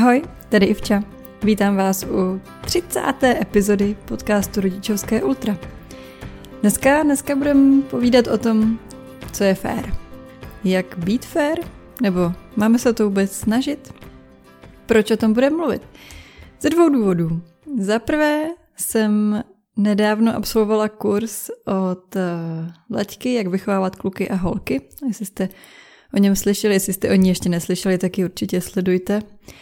Ahoj, tady Ivča. Vítám vás u 30. epizody podcastu Rodičovské ultra. Dneska budeme povídat o tom, co je fér. Jak být fér? Nebo máme se to vůbec snažit? Proč o tom budeme mluvit? Ze 2 důvodů. Za prvé jsem nedávno absolvovala kurz od Laďky, jak vychovávat kluky a holky. Jestli jste o něm slyšeli, jestli jste o ní ještě neslyšeli, tak ji určitě sledujte.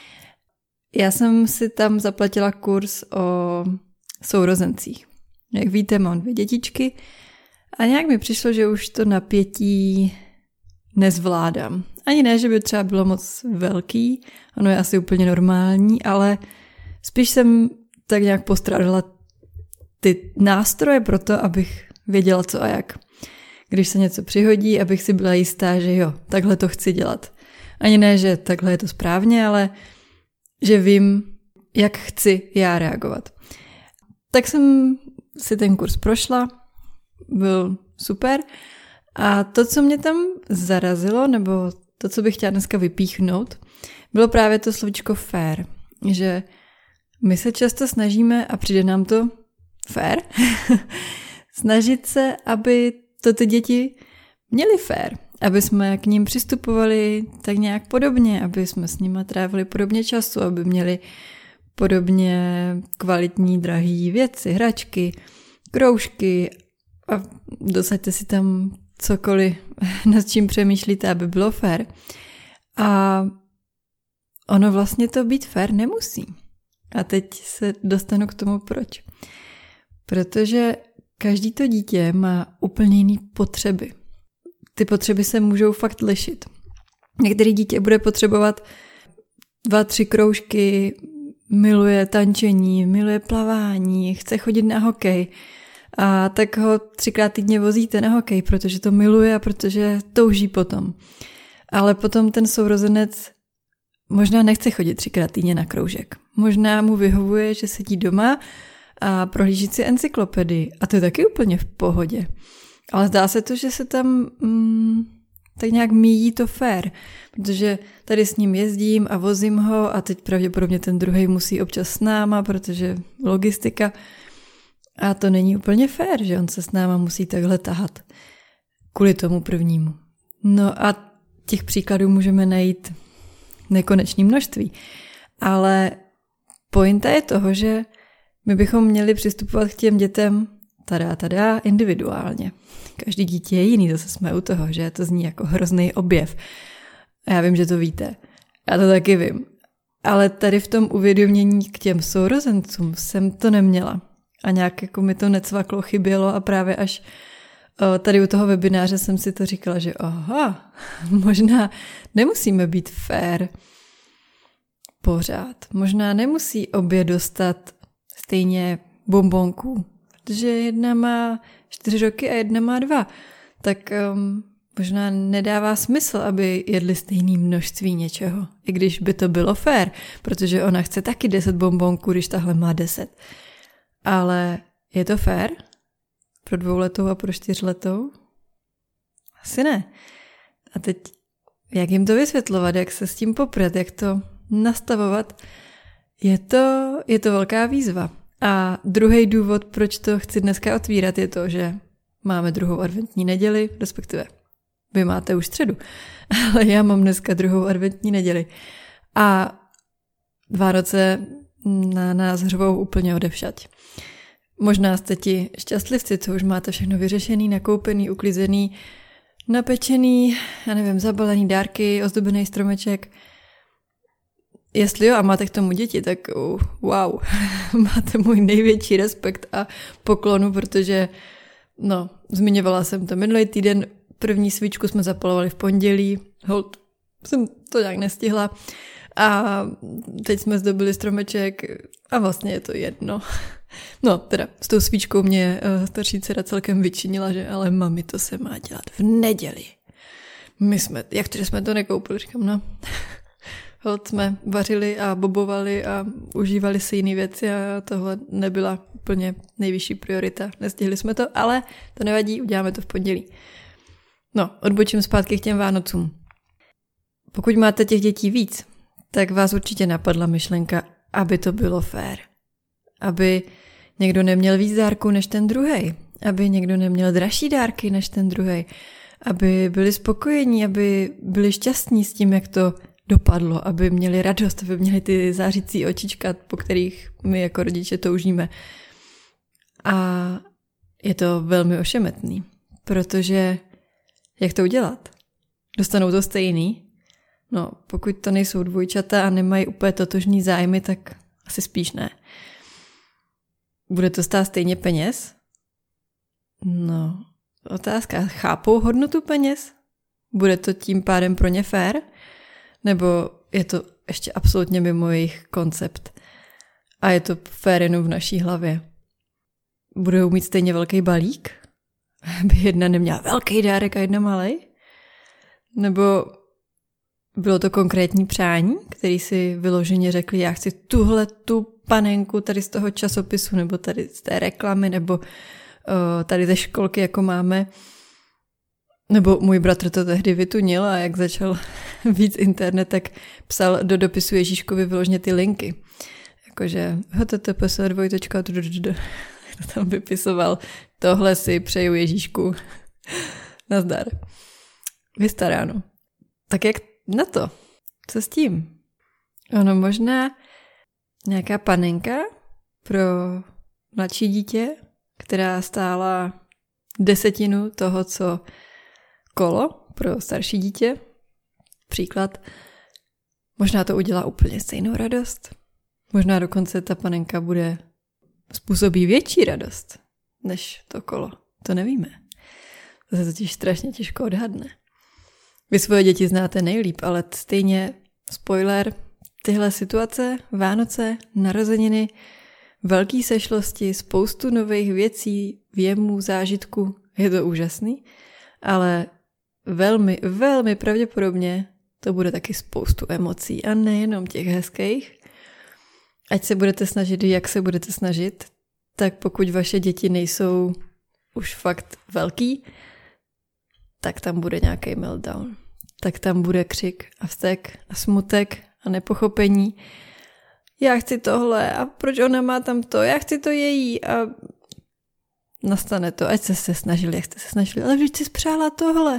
Já jsem si tam zaplatila kurz o sourozencích. Jak víte, mám 2 dětičky a nějak mi přišlo, že už to napětí nezvládám. Ani ne, že by třeba bylo moc velký, ono je asi úplně normální, ale spíš jsem tak nějak postrádala ty nástroje pro to, abych věděla co a jak. Když se něco přihodí, abych si byla jistá, že jo, takhle to chci dělat. Ani ne, že takhle je to správně, ale že vím, jak chci já reagovat. Tak jsem si ten kurz prošla, byl super a to, co mě tam zarazilo, nebo to, co bych chtěla dneska vypíchnout, bylo právě to slovíčko fér, že my se často snažíme, a přijde nám to fér, snažit se, aby to ty děti měly fér, aby jsme k ním přistupovali tak nějak podobně, aby jsme s nimi trávili podobně času, aby měli podobně kvalitní, drahý věci, hračky, kroužky a dosaďte si tam cokoliv, nad čím přemýšlíte, aby bylo fér. A ono vlastně to být fér nemusí. A teď se dostanu k tomu proč. Protože každý to dítě má úplně jiný potřeby. Ty potřeby se můžou fakt lišit. Některé dítě bude potřebovat 2-3 kroužky, miluje tančení, miluje plavání, chce chodit na hokej a tak ho 3krát týdně vozíte na hokej, protože to miluje a protože touží potom. Ale potom ten sourozenec možná nechce chodit 3krát týdně na kroužek. Možná mu vyhovuje, že sedí doma a prohlíží si encyklopedii a to je taky úplně v pohodě. Ale zdá se to, že se tam tak nějak míjí to fér, protože tady s ním jezdím a vozím ho a teď pravděpodobně ten druhej musí občas s náma, protože logistika a to není úplně fér, že on se s náma musí takhle tahat kvůli tomu prvnímu. No a těch příkladů můžeme najít nekonečné množství, ale pointa je toho, že my bychom měli přistupovat k těm dětem individuálně. Každý dítě je jiný, zase jsme u toho, že to zní jako hrozný objev. A já vím, že to víte. Já to taky vím. Ale tady v tom uvědomění k těm sourozencům jsem to neměla. A nějak jako mi to necvaklo, chybělo a právě až tady u toho webináře jsem si to říkala, že aha, možná nemusíme být fair pořád. Možná nemusí obě dostat stejně bonbonku, protože jedna má 4 roky a jedna má 2. Tak možná nedává smysl, aby jedli stejné množství něčeho. I když by to bylo fér, protože ona chce taky 10 bonbonků, když tahle má 10. Ale je to fér? Pro 2letou a pro 4letou? Asi ne. A teď, jak jim to vysvětlovat, jak se s tím poprat, jak to nastavovat, je to velká výzva. A druhý důvod, proč to chci dneska otvírat, je to, že máme 2. adventní neděli, respektive vy máte už středu, ale já mám dneska 2. adventní neděli. A Vánoce na nás hřvou úplně odevšať. Možná jste ti šťastlivci, co už máte všechno vyřešený, nakoupený, uklizený, napečený, já nevím, zabalený dárky, ozdobený stromeček. Jestli jo a máte k tomu děti, tak wow, máte můj největší respekt a poklonu, protože zmiňovala jsem to minulý týden, první svíčku jsme zapalovali v pondělí, holt jsem to nějak nestihla a teď jsme zdobili stromeček a vlastně je to jedno. No, teda s tou svíčkou mě starší dcera celkem vyčinila, že ale mami, to se má dělat v neděli. Jak to, že jsme to nekoupili, říkám, holt jsme vařili a bobovali a užívali si jiné věci a tohle nebyla úplně nejvyšší priorita. Nestihli jsme to, ale to nevadí, uděláme to v pondělí. No, odbočím zpátky k těm Vánocům. Pokud máte těch dětí víc, tak vás určitě napadla myšlenka, aby to bylo fér. Aby někdo neměl víc dárků než ten druhej. Aby někdo neměl dražší dárky než ten druhej. Aby byli spokojení, aby byli šťastní s tím, jak to dopadlo. Aby měli radost, aby měli ty zářící očička, po kterých my jako rodiče toužíme. A je to velmi ošemetný, protože jak to udělat? Dostanou to stejný? No, pokud to nejsou dvojčata a nemají úplně totožný zájmy, tak asi spíš ne. Bude to stát stejně peněz? No, otázka, chápou hodnotu peněz? Bude to tím pádem pro ně fér? Nebo je to ještě absolutně mimo jejich koncept? A je to fér jenom v naší hlavě? Budou mít stejně velký balík? Aby jedna neměla velký dárek a jedna malej? Nebo bylo to konkrétní přání, který si vyloženě řekli, já chci tuhle tu panenku tady z toho časopisu, nebo tady z té reklamy, nebo tady ze školky, jako máme. Nebo můj bratr to tehdy vytunil a jak začal víc internet, tak psal do dopisu Ježíškovi vyloženě ty linky. Jakože https to tam vypisoval, tohle si přeju Ježíšku. Nazdar. Vystaráno. Tak jak na to? Co s tím? Ono možná nějaká panenka pro mladší dítě, která stála 1/10 toho, co kolo pro starší dítě. Příklad. Možná to udělá úplně stejnou radost. Možná dokonce ta panenka způsobí větší radost než to kolo. To nevíme. To se totiž strašně těžko odhadne. Vy svoje děti znáte nejlíp, ale stejně, spoiler, tyhle situace, Vánoce, narozeniny, velký sešlosti, spoustu nových věcí, věmů, zážitků, je to úžasný, ale velmi, velmi pravděpodobně to bude taky spoustu emocí a nejenom těch hezkých. Ať se budete snažit, jak se budete snažit, tak pokud vaše děti nejsou už fakt velký, tak tam bude nějaký meltdown. Tak tam bude křik a vztek a smutek a nepochopení. Já chci tohle a proč ona má tam to? Já chci to její a nastane to, ať jste se snažili, jak jste se snažili, ale vždyť si spřála tohle.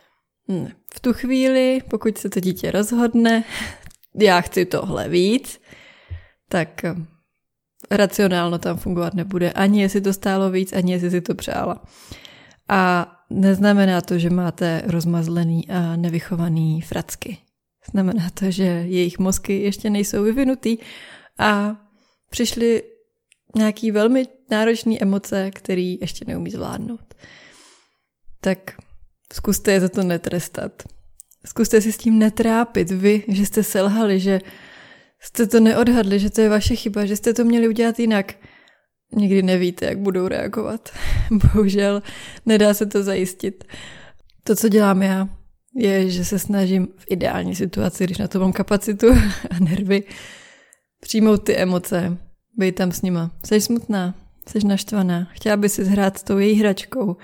V tu chvíli, pokud se to dítě rozhodne, já chci tohle víc, tak racionálno tam fungovat nebude. Ani jestli to stálo víc, ani jestli si to přála. A neznamená to, že máte rozmazlený a nevychovaný fracky. Znamená to, že jejich mozky ještě nejsou vyvinutý a přišly nějaký velmi náročný emoce, který ještě neumí zvládnout. Tak zkuste je za to netrestat. Zkuste si s tím netrápit vy, že jste selhali, že jste to neodhadli, že to je vaše chyba, že jste to měli udělat jinak. Nikdy nevíte, jak budou reagovat. Bohužel nedá se to zajistit. To, co dělám já, je, že se snažím v ideální situaci, když na to mám kapacitu a nervy, přijmout ty emoce, být tam s nima. Jsi smutná, jsi naštvaná, chtěla by si hrát s tou její hračkou.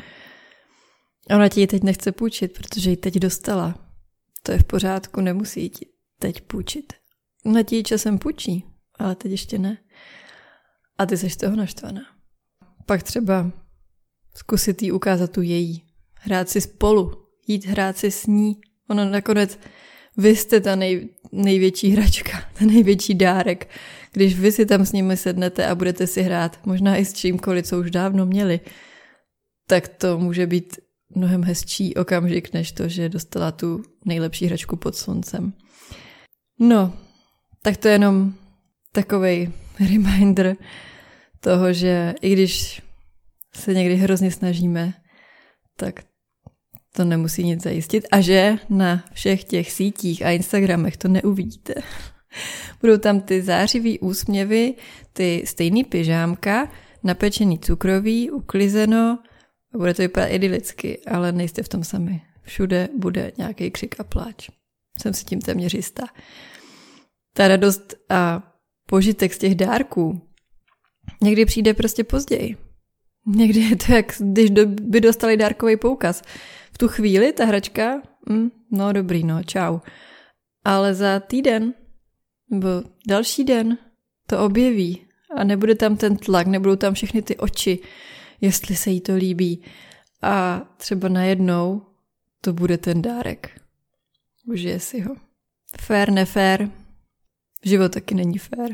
A ona ti ji teď nechce půjčit, protože ji teď dostala. To je v pořádku, nemusí ti teď půjčit. Ona ti ji časem půjčí, ale teď ještě ne. A ty seš toho naštvaná. Pak třeba zkusit jí ukázat tu její. Hrát si spolu, jít hrát si s ní. Ono nakonec, vy jste ta největší hračka, ten největší dárek. Když vy si tam s nimi sednete a budete si hrát, možná i s čímkoliv, co už dávno měli, tak to může být mnohem hezčí okamžik, než to, že dostala tu nejlepší hračku pod sluncem. No, tak to je jenom takovej reminder toho, že i když se někdy hrozně snažíme, tak to nemusí nic zajistit a že na všech těch sítích a Instagramech to neuvidíte. Budou tam ty zářivý úsměvy, ty stejný pyžámka, napečený cukroví, uklizeno, bude to vypadat idylicky, ale nejste v tom sami. Všude bude nějaký křik a pláč. Jsem si tím téměř jistá. Ta radost a požitek z těch dárků někdy přijde prostě později. Někdy je to, jak když by dostali dárkový poukaz. V tu chvíli ta hračka, no dobrý, no, čau. Ale za týden, nebo další den to objeví a nebude tam ten tlak, nebudou tam všechny ty oči, jestli se jí to líbí. A třeba najednou to bude ten dárek. Užije si ho. Fér, nefér. Život taky není fér.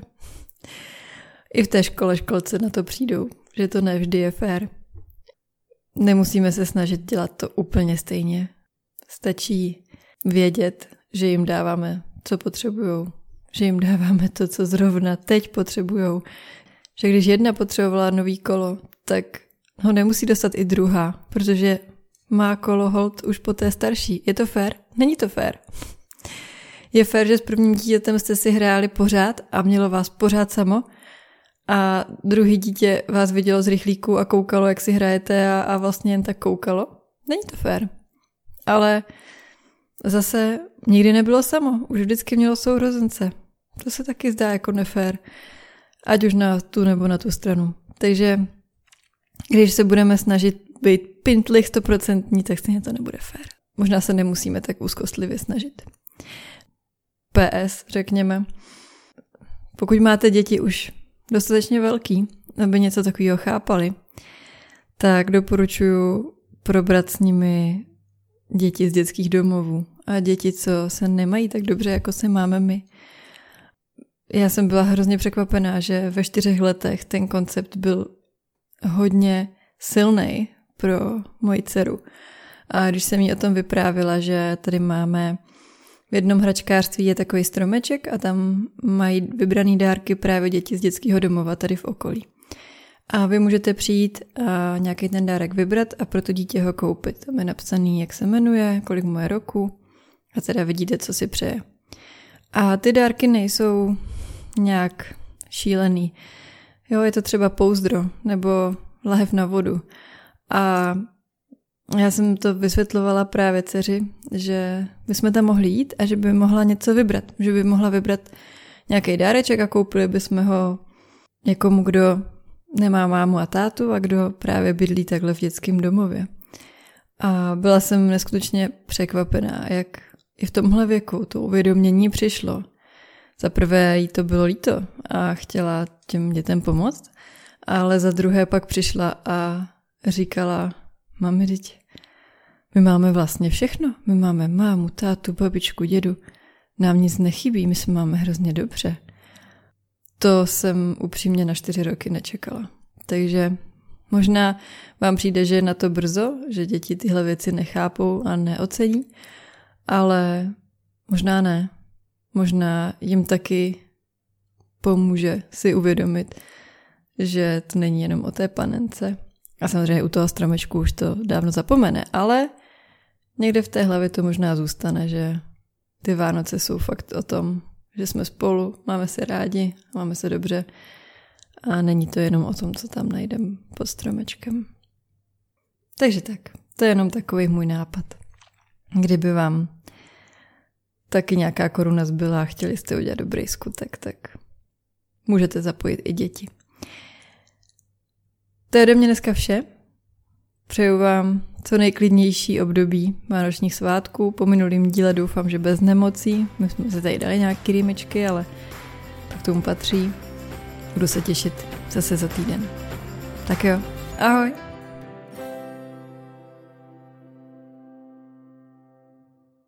I v té školce na to přijdou, že to nevždy je fér. Nemusíme se snažit dělat to úplně stejně. Stačí vědět, že jim dáváme, co potřebujou. Že jim dáváme to, co zrovna teď potřebujou. Že když jedna potřebovala nový kolo, tak ho nemusí dostat i druhá, protože má kolo hold už po té starší. Je to fér? Není to fér. Je fér, že s prvním dítětem jste si hráli pořád a mělo vás pořád samo a druhý dítě vás vidělo z rychlíku a koukalo, jak si hrajete a vlastně jen tak koukalo? Není to fér. Ale zase nikdy nebylo samo. Už vždycky mělo sourozence. To se taky zdá jako nefér. Ať už na tu nebo na tu stranu. Takže když se budeme snažit být pintlich 100%, tak stejně to nebude fér. Možná se nemusíme tak úzkostlivě snažit. PS, řekněme. Pokud máte děti už dostatečně velký, aby něco takového chápali, tak doporučuji probrat s nimi děti z dětských domovů a děti, co se nemají tak dobře, jako se máme my. Já jsem byla hrozně překvapená, že ve 4 letech ten koncept byl hodně silnej pro moji dceru. A když jsem jí o tom vyprávila, že tady máme v jednom hračkářství je takový stromeček a tam mají vybraný dárky právě děti z dětského domova tady v okolí. A vy můžete přijít a nějaký ten dárek vybrat a pro to dítě ho koupit. Tam je napsaný, jak se jmenuje, kolik mu je roku a teda vidíte, co si přeje. A ty dárky nejsou nějak šílený. Jo, je to třeba pouzdro nebo lahev na vodu. A já jsem to vysvětlovala právě dceři, že bychom tam mohli jít a že by mohla něco vybrat. Že by mohla vybrat nějaký dáreček a koupili bychom ho někomu, kdo nemá mámu a tátu a kdo právě bydlí takhle v dětském domově. A byla jsem neskutečně překvapená, jak i v tomhle věku to uvědomění přišlo. Za prvé jí to bylo líto a chtěla těm dětem pomoct, ale za druhé pak přišla a říkala: mami, teď my máme vlastně všechno. My máme mámu, tátu, babičku, dědu. Nám nic nechybí, my se máme hrozně dobře. To jsem upřímně na 4 roky nečekala. Takže možná vám přijde, že je na to brzo, že děti tyhle věci nechápou a neocení, ale možná ne. Možná jim taky pomůže si uvědomit, že to není jenom o té panence. A samozřejmě u toho stromečku už to dávno zapomene, ale někde v té hlavě to možná zůstane, že ty Vánoce jsou fakt o tom, že jsme spolu, máme se rádi, máme se dobře a není to jenom o tom, co tam najdeme pod stromečkem. Takže tak, to je jenom takový můj nápad. Kdyby vám taky nějaká koruna zbyla a chtěli jste udělat dobrý skutek, tak můžete zapojit i děti. To je ode mě dneska vše. Přeju vám co nejklidnější období vánočních svátků. Po minulým díle doufám, že bez nemocí. My jsme se tady dali nějaké rýmičky, ale tak tomu patří. Budu se těšit zase za týden. Tak jo, ahoj.